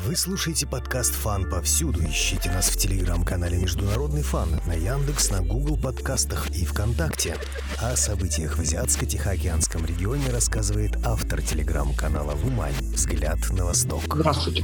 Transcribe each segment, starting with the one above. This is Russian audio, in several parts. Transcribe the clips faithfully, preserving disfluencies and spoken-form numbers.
Вы слушаете подкаст «Фан» повсюду. Ищите нас в телеграм-канале «Международный фан», на Яндекс, на Google подкастах и ВКонтакте. О событиях в Азиатско-Тихоокеанском регионе рассказывает автор телеграм-канала «Вумань. Взгляд на восток». Здравствуйте.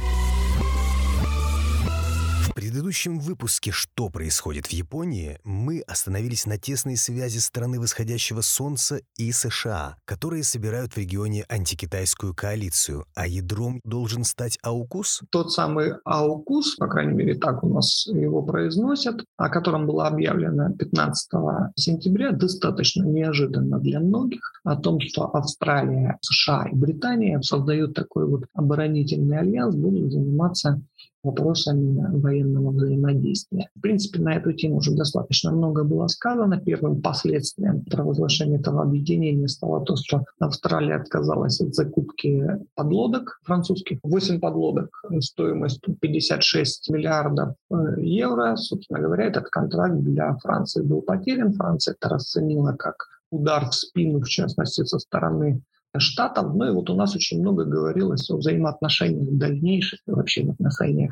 В предыдущем выпуске «Что происходит в Японии» мы остановились на тесной связи страны восходящего солнца и США, которые собирают в регионе антикитайскую коалицию, а ядром должен стать АУКУС? Тот самый АУКУС, по крайней мере, так у нас его произносят, о котором было объявлено пятнадцатого сентября, достаточно неожиданно для многих, о том, что Австралия, США и Британия создают такой вот оборонительный альянс, будут заниматься вопросами военного взаимодействия. В принципе, на эту тему уже достаточно много было сказано. Первым последствием провозглашения этого объединения стало то, что Австралия отказалась от закупки подлодок французских. Восемь подлодок стоимостью пятьдесят шесть миллиардов евро. Собственно говоря, этот контракт для Франции был потерян. Франция это расценила как удар в спину, в частности, со стороны Штатов. Ну и вот у нас очень много говорилось о взаимоотношениях дальнейших, вообще в отношениях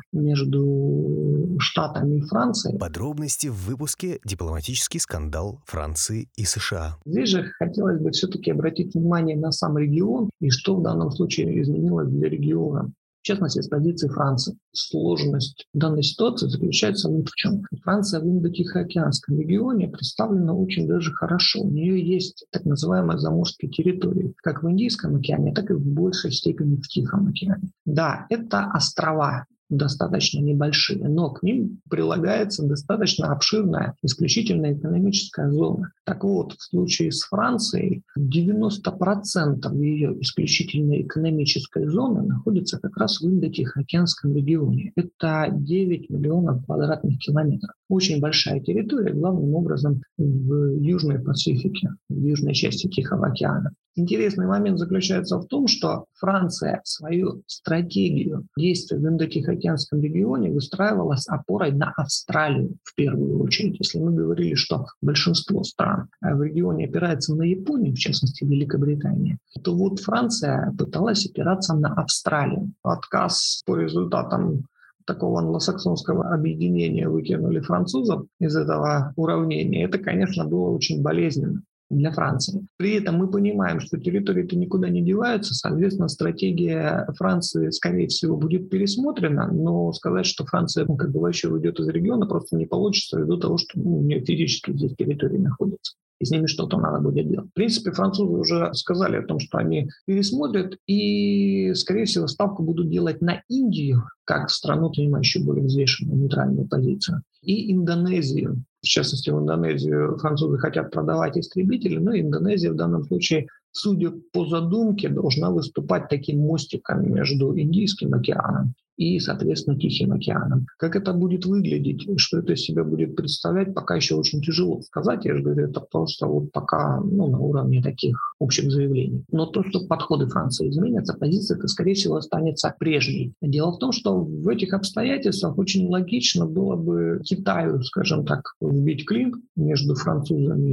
между Штатами и Францией. Подробности в выпуске «Дипломатический скандал Франции и США». Здесь же хотелось бы все-таки обратить внимание на сам регион и что в данном случае изменилось для региона. В частности, с позиции Франции. Сложность данной ситуации заключается вот в чем. Франция в Индо-Тихоокеанском регионе представлена очень даже хорошо. У нее есть так называемые заморские территории, как в Индийском океане, так и в большей степени в Тихом океане. Да, это острова, достаточно небольшие, но к ним прилагается достаточно обширная исключительная экономическая зона. Так вот, в случае с Францией девяносто процентов ее исключительной экономической зоны находится как раз в Индо-Тихоокеанском регионе. Это девять миллионов квадратных километров. Очень большая территория, главным образом в Южной Пасифике, в южной части Тихого океана. Интересный момент заключается в том, что Франция свою стратегию действий в Индо-Тихоокеанском регионе выстраивала с опорой на Австралию в первую очередь. Если мы говорили, что большинство стран в регионе опирается на Японию, в частности Великобританию, то вот Франция пыталась опираться на Австралию. Отказ по результатам такого англосаксонского объединения выкинули французов из этого уравнения. Это, конечно, было очень болезненно для Франции. При этом мы понимаем, что территории-то никуда не деваются, соответственно, стратегия Франции, скорее всего, будет пересмотрена, но сказать, что Франция ну, как бы вообще уйдет из региона, просто не получится ввиду того, что ну, у нее физически здесь территории находятся. И с ними что-то надо будет делать. В принципе, французы уже сказали о том, что они пересмотрят и, скорее всего, ставку будут делать на Индию, как страну, занимающую более взвешенную нейтральную позицию, и Индонезию. В частности, в Индонезию французы хотят продавать истребители, но Индонезия в данном случае, судя по задумке, должна выступать таким мостиком между Индийским океаном и, соответственно, Тихим океаном. Как это будет выглядеть, что это из себя будет представлять, пока еще очень тяжело сказать. Я же говорю, это просто вот пока ну, на уровне таких общих заявлений. Но то, что подходы Франции изменятся, позиция-то, скорее всего, останется прежней. Дело в том, что в этих обстоятельствах очень логично было бы Китаю, скажем так, вбить клин между французами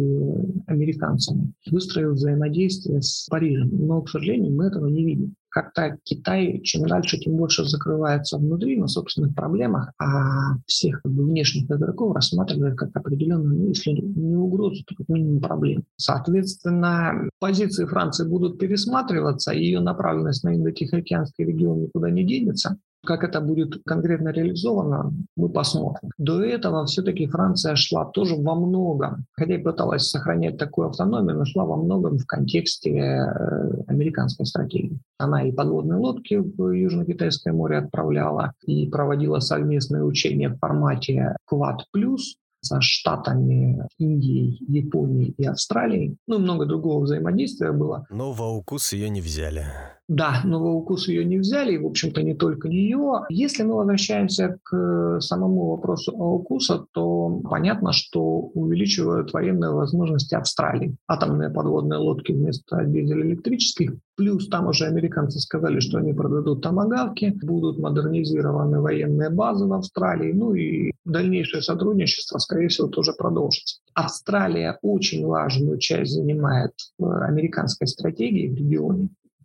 и американцами, выстроив взаимодействие с Парижем. Но, к сожалению, мы этого не видим. Как-то Китай чем дальше, тем больше закрывается внутри на собственных проблемах, а всех как бы, внешних игроков рассматривает как определенную, ну, если не угрозу, то как минимум проблему. Соответственно, позиции Франции будут пересматриваться, и ее направленность на Индо-Тихоокеанский регион никуда не денется. Как это будет конкретно реализовано, мы посмотрим. До этого все-таки Франция шла тоже во многом, хотя и пыталась сохранять такую автономию, но шла во многом в контексте американской стратегии. Она и подводные лодки в Южно-Китайское море отправляла, и проводила совместные учения в формате Квад плюс со Штатами, Индией, Японией и Австралией. Ну и много другого взаимодействия было. Но в АУКУС ее не взяли. Да, но в АУКУС ее не взяли, и, в общем-то, не только ее. Если мы возвращаемся к самому вопросу АУКУСа, то понятно, что увеличивают военные возможности Австралии. Атомные подводные лодки вместо дизель-электрических. Плюс там уже американцы сказали, что они продадут томагавки, будут модернизированы военные базы в Австралии, ну и дальнейшее сотрудничество, скорее всего, тоже продолжится. Австралия очень важную часть занимает в американской стратегии в регионе.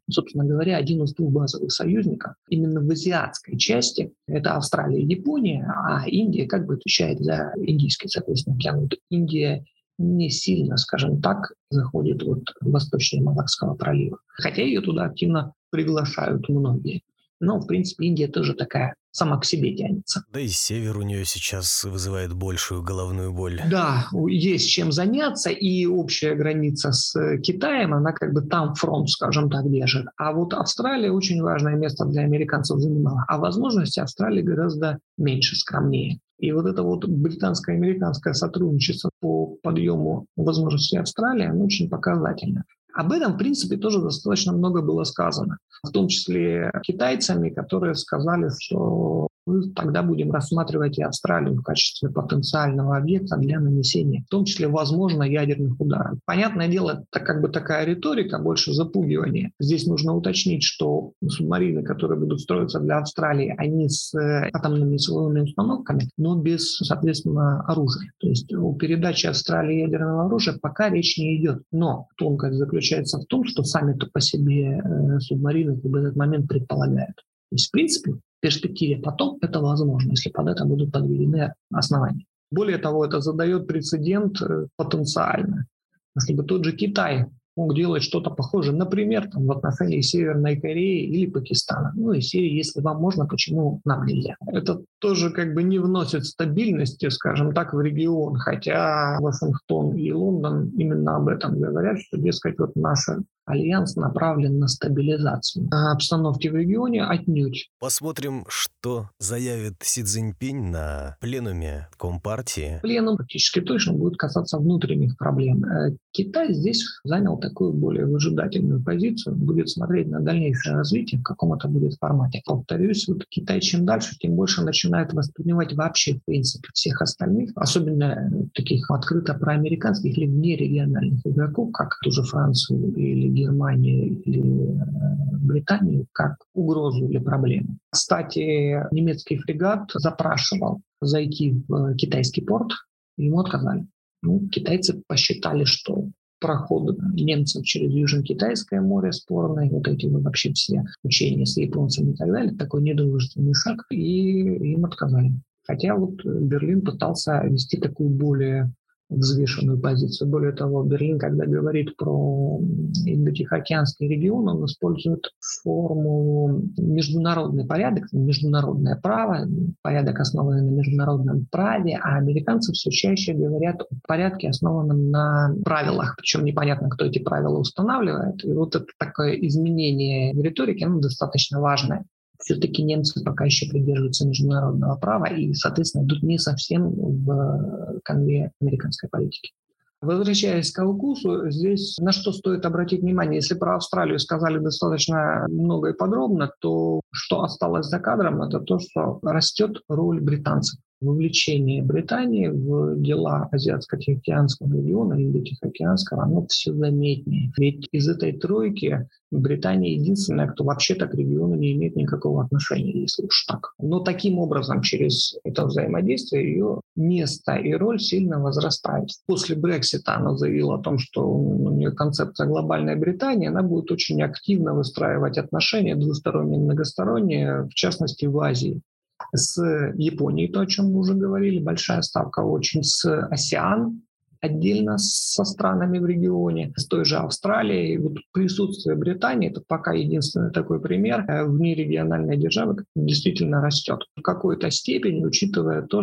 Собственно говоря, один из двух базовых союзников именно в азиатской части — это Австралия и Япония, а Индия как бы отвечает за Индийский, соответственно, океан. Вот Индия не сильно, скажем так, заходит вот восточнее Малакского пролива. Хотя ее туда активно приглашают многие. Но, в принципе, Индия тоже такая, сама к себе тянется. Да и север у нее сейчас вызывает большую головную боль. Да, есть чем заняться, и общая граница с Китаем, она как бы там фронт, скажем так, держит. А вот Австралия очень важное место для американцев занимала. А возможности Австралии гораздо меньше, скромнее. И вот это вот британско-американское сотрудничество по подъему возможностей Австралии, оно очень показательно. Об этом, в принципе, тоже достаточно много было сказано. В том числе китайцами, которые сказали, что мы тогда будем рассматривать и Австралию в качестве потенциального объекта для нанесения, в том числе, возможно, ядерных ударов. Понятное дело, это как бы такая риторика, больше запугивание. Здесь нужно уточнить, что субмарины, которые будут строиться для Австралии, они с атомными силовыми установками, но без, соответственно, оружия. То есть о передаче Австралии ядерного оружия пока речь не идет. Но тонкость заключается в том, что сами-то по себе э, субмарины в этот момент предполагают. То есть, в принципе, в перспективе потом это возможно, если под это будут подведены основания. Более того, это задает прецедент э, потенциально. Если бы тот же Китай мог делать что-то похожее, например, там, в отношении Северной Кореи или Пакистана. Ну и Сирии, если вам можно, почему нам нельзя? Это тоже как бы не вносит стабильности, скажем так, в регион, хотя Вашингтон и Лондон именно об этом говорят, что, дескать, вот наш альянс направлен на стабилизацию. А обстановки в регионе отнюдь. Посмотрим, что заявит Си Цзиньпинь на пленуме Компартии. Пленум практически точно будет касаться внутренних проблем. Китай здесь занял такую более выжидательную позицию, будет смотреть на дальнейшее развитие, в каком это будет формате. Повторюсь, вот Китай чем дальше, тем больше начинает воспринимать вообще, в принципе, всех остальных, особенно таких открыто проамериканских или внерегиональных игроков, как ту же Францию или Германию или Британию, как угрозу или проблему. Кстати, немецкий фрегат запрашивал зайти в китайский порт, ему отказали. Ну, китайцы посчитали, что проход немцев через Южно-Китайское море спорное, вот эти вот вообще все учения с японцами и так далее, такой недружественный шаг, и им отказали. Хотя вот Берлин пытался вести такую более взвешенную позицию. Более того, Берлин, когда говорит про Индо-Тихоокеанский регион, он использует формулу международный порядок, международное право, порядок, основанный на международном праве, а американцы все чаще говорят о порядке, основанном на правилах. Причем непонятно, кто эти правила устанавливает. И вот это такое изменение в риторике, оно достаточно важное. Все-таки немцы пока еще придерживаются международного права и, соответственно, идут не совсем в конве американской политики. Возвращаясь к AUKUS, здесь на что стоит обратить внимание? Если про Австралию сказали достаточно много и подробно, то что осталось за кадром, это то, что растет роль британцев. Вовлечение Британии в дела Азиатско-Тихоокеанского региона, Индо-Тихоокеанского, оно все заметнее. Ведь из этой тройки Британия единственная, кто вообще-то к региону не имеет никакого отношения, если уж так. Но таким образом, через это взаимодействие, ее место и роль сильно возрастает. После Брексита она заявила о том, что у нее концепция глобальной Британии, она будет очень активно выстраивать отношения двусторонние, многосторонние, в частности в Азии. С Японией, то, о чем мы уже говорили, большая ставка очень, с АСЕАН, отдельно со странами в регионе, с той же Австралией. Вот присутствие Британии — это пока единственный такой пример внерегиональной державы, которая действительно растет. В какой-то степени, учитывая то,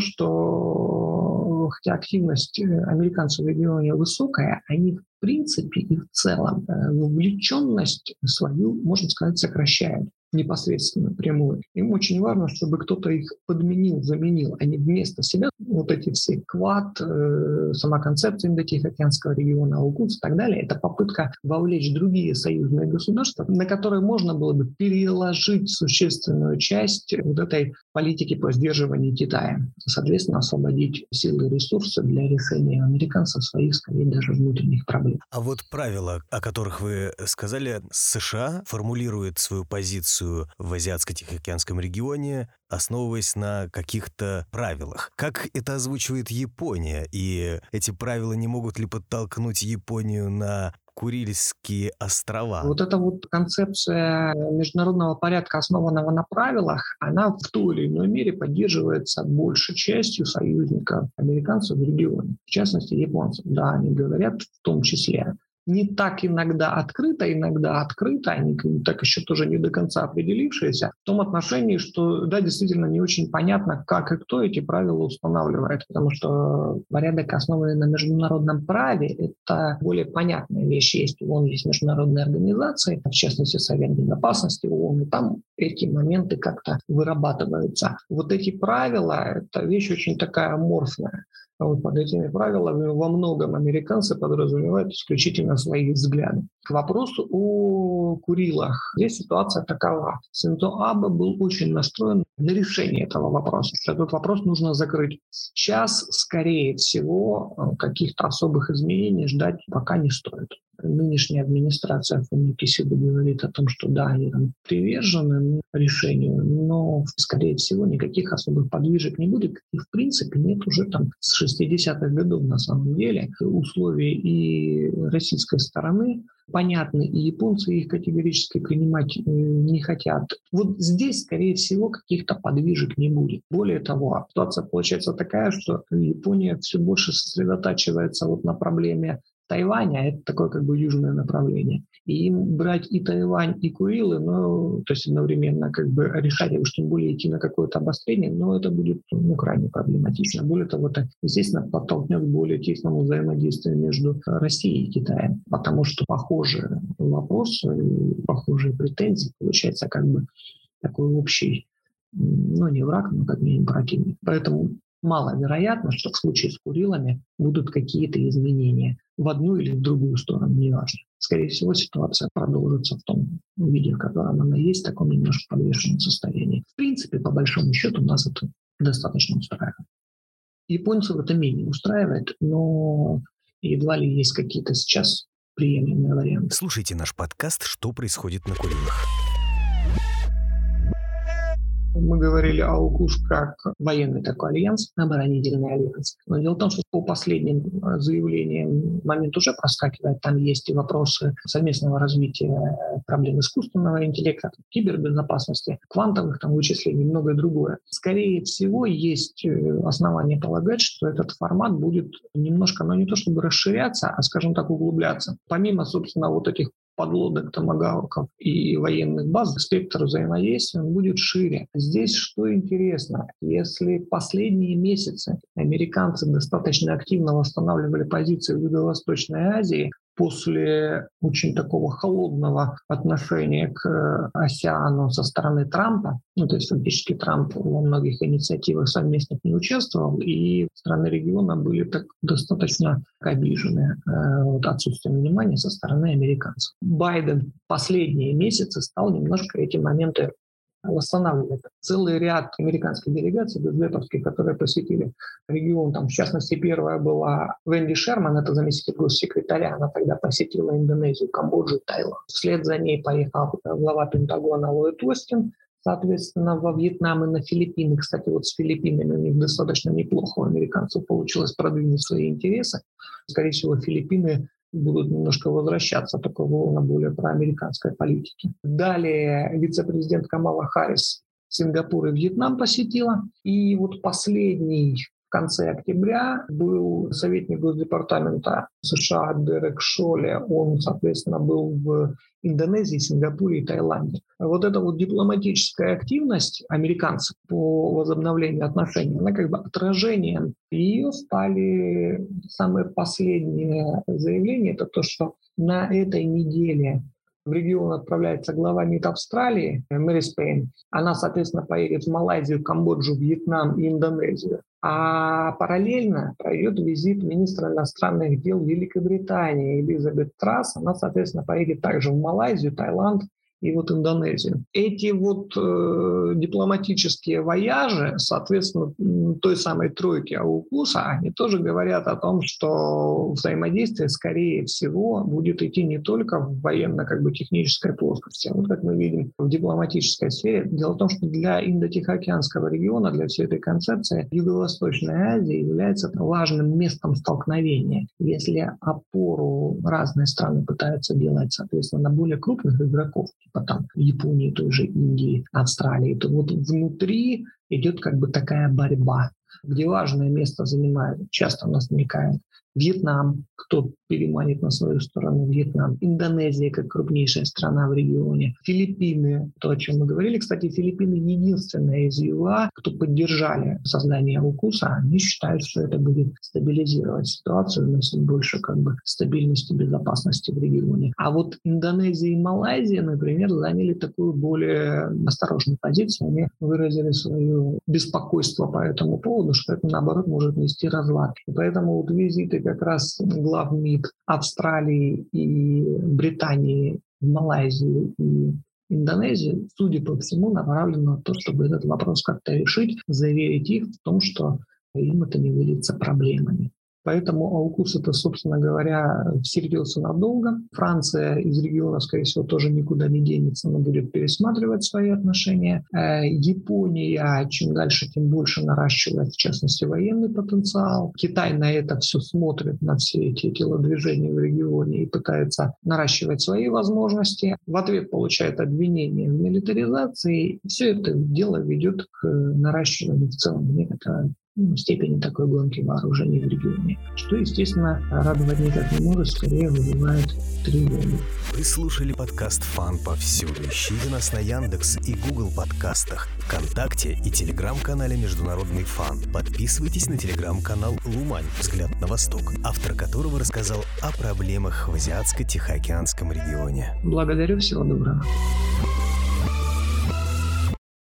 что хотя активность американцев в регионе высокая, они в принципе и в целом вовлеченность свою, можно сказать, сокращают непосредственно, прямую. Им очень важно, чтобы кто-то их подменил, заменил, а не вместо себя вот эти все Квад, э, сама концепция Индо-Тихоокеанского региона, AUKUS и так далее. Это попытка вовлечь другие союзные государства, на которые можно было бы переложить существенную часть вот этой политики по сдерживанию Китая. Соответственно, освободить силы и ресурсы для решения американцев своих, скорее, даже внутренних проблем. А вот правила, о которых вы сказали, США формулирует свою позицию в Азиатско-Тихоокеанском регионе, основываясь на каких-то правилах. Как это озвучивает Япония? И эти правила не могут ли подтолкнуть Японию на Курильские острова. Вот эта вот концепция международного порядка, основанного на правилах, она в той или иной мере поддерживается большей частью союзников американцев в регионе, в частности японцев. Да, они говорят в том числе. Не так иногда открыто, иногда открыто, они так еще тоже не до конца определившиеся, в том отношении, что, да, действительно не очень понятно, как и кто эти правила устанавливает, потому что порядок, основанный на международном праве, это более понятная вещь. Есть ООН, есть международные организации, в частности Совет Безопасности ООН, и там эти моменты как-то вырабатываются. Вот эти правила — это вещь очень такая аморфная. Вот под этими правилами во многом американцы подразумевают исключительно свои взгляды. К вопросу о Курилах. Здесь ситуация такова. Синдзо Абе был очень настроен на решение этого вопроса. Этот вопрос нужно закрыть. Сейчас, скорее всего, каких-то особых изменений ждать пока не стоит. Нынешняя администрация Фумио Кисида говорит о том, что да, они там привержены решению, но, скорее всего, никаких особых подвижек не будет. И, в принципе, нет уже там с шестидесятых годов, на самом деле, условий и российской стороны понятны, и японцы их категорически принимать не хотят. Вот здесь, скорее всего, каких-то подвижек не будет. Более того, ситуация получается такая, что Япония все больше сосредотачивается вот на проблеме Тайваня, это такое как бы южное направление. И им брать и Тайвань, и Курилы, ну, то есть одновременно как бы решать, уж тем более идти на какое-то обострение, но это будет, ну, крайне проблематично. Более того, это, естественно, подтолкнет к более тесному взаимодействию между Россией и Китаем, потому что похожий вопрос, похожие претензии, получается как бы такой общий, ну, не враг, но как минимум противник. Поэтому маловероятно, что в случае с Курилами будут какие-то изменения в одну или в другую сторону, неважно. Скорее всего, ситуация продолжится в том виде, в котором она есть, в таком немножко подвешенном состоянии. В принципе, по большому счету, нас это достаточно устраивает. Японцев это менее устраивает, но едва ли есть какие-то сейчас приемлемые варианты. Слушайте наш подкаст «Что происходит на Курилах». Мы говорили о УКУС как военный такой альянс, оборонительный альянс. Но дело в том, что по последним заявлениям момент уже проскакивает. Там есть и вопросы совместного развития проблем искусственного интеллекта, кибербезопасности, квантовых там вычислений и многое другое. Скорее всего, есть основания полагать, что этот формат будет немножко, но не то чтобы расширяться, а, скажем так, углубляться. Помимо, собственно, вот этих подлодок, томагавков и военных баз, спектр взаимодействия будет шире. Здесь что интересно, если последние месяцы американцы достаточно активно восстанавливали позиции в Юго-Восточной Азии, после очень такого холодного отношения к АСЕАНу со стороны Трампа, ну, то есть фактически Трамп во многих инициативах совместных не участвовал, и страны региона были так достаточно обижены э, вот, отсутствием внимания со стороны американцев. Байден последние месяцы стал немножко эти моменты восстанавливает. Целый ряд американских делегаций, госдеповских, которые посетили регион, там, в частности, первая была Венди Шерман, это заместитель госсекретаря, она тогда посетила Индонезию, Камбоджу, Таиланд. Вслед за ней поехал глава Пентагона Ллойд Остин, соответственно, во Вьетнам и на Филиппины. Кстати, вот с Филиппинами у них достаточно неплохо у американцев получилось продвинуть свои интересы. Скорее всего, Филиппины будут немножко возвращаться к такой волне более проамериканской политики. Далее вице-президент Камала Харрис Сингапур и Вьетнам посетила. И вот последний в конце октября был советник Госдепартамента США Дерек Шоле. Он, соответственно, был в Индонезии, Сингапуре и Таиланде. Вот эта вот дипломатическая активность американцев по возобновлению отношений, она как бы отражением ее стали самые последние заявления. Это то, что на этой неделе в регион отправляется глава МИД Австралии Мэри Спейн. Она, соответственно, поедет в Малайзию, Камбоджу, Вьетнам и Индонезию. А параллельно пройдет визит министра иностранных дел Великобритании Элизабет Трасс. Она, соответственно, поедет также в Малайзию, Таиланд и вот Индонезию. Эти вот э, дипломатические вояжи, соответственно, той самой тройки Аукуса, они тоже говорят о том, что взаимодействие, скорее всего, будет идти не только в военно-технической плоскости, а вот как мы видим в дипломатической сфере. Дело в том, что для Индо-Тихоокеанского региона, для всей этой концепции, Юго-Восточная Азия является важным местом столкновения. Если опору разные страны пытаются делать, соответственно, на более крупных игроков, типа там Японии, той же Индии, Австралии, то вот внутри идет как бы такая борьба, где важное место занимает, часто у нас намекает, Вьетнам, кто переманит на свою сторону Вьетнам, Индонезия как крупнейшая страна в регионе, Филиппины, то, о чем мы говорили. Кстати, Филиппины единственные из ЮА, кто поддержали создание Аукуса, они считают, что это будет стабилизировать ситуацию, вносить больше как бы стабильности, безопасности в регионе. А вот Индонезия и Малайзия, например, заняли такую более осторожную позицию. Они выразили свое беспокойство по этому поводу, что это, наоборот, может нести разлад. И поэтому вот визиты как раз глав МИД Австралии и Британии в Малайзию и Индонезию, судя по всему, направлено на то, чтобы этот вопрос как-то решить, заверить их в том, что им это не выльется проблемами. Поэтому Аукус это, собственно говоря, всерьез и надолго. Франция из региона, скорее всего, тоже никуда не денется, но будет пересматривать свои отношения. Япония чем дальше, тем больше наращивает, в частности, военный потенциал. Китай на это все смотрит, на все эти телодвижения в регионе и пытается наращивать свои возможности. В ответ получает обвинения в милитаризации. Все это дело ведет к наращиванию в целом некоторой степени такой гонки вооружений в регионе, что, естественно, радовать никак не может, скорее вызывает тревогу. Вы слушали подкаст «Фан повсюду». Ищите нас на Яндекс и Google подкастах, ВКонтакте и Телеграм-канале «Международный фан». Подписывайтесь на Телеграм-канал «Лумань. Взгляд на восток», автор которого рассказал о проблемах в Азиатско-Тихоокеанском регионе. Благодарю, всего доброго.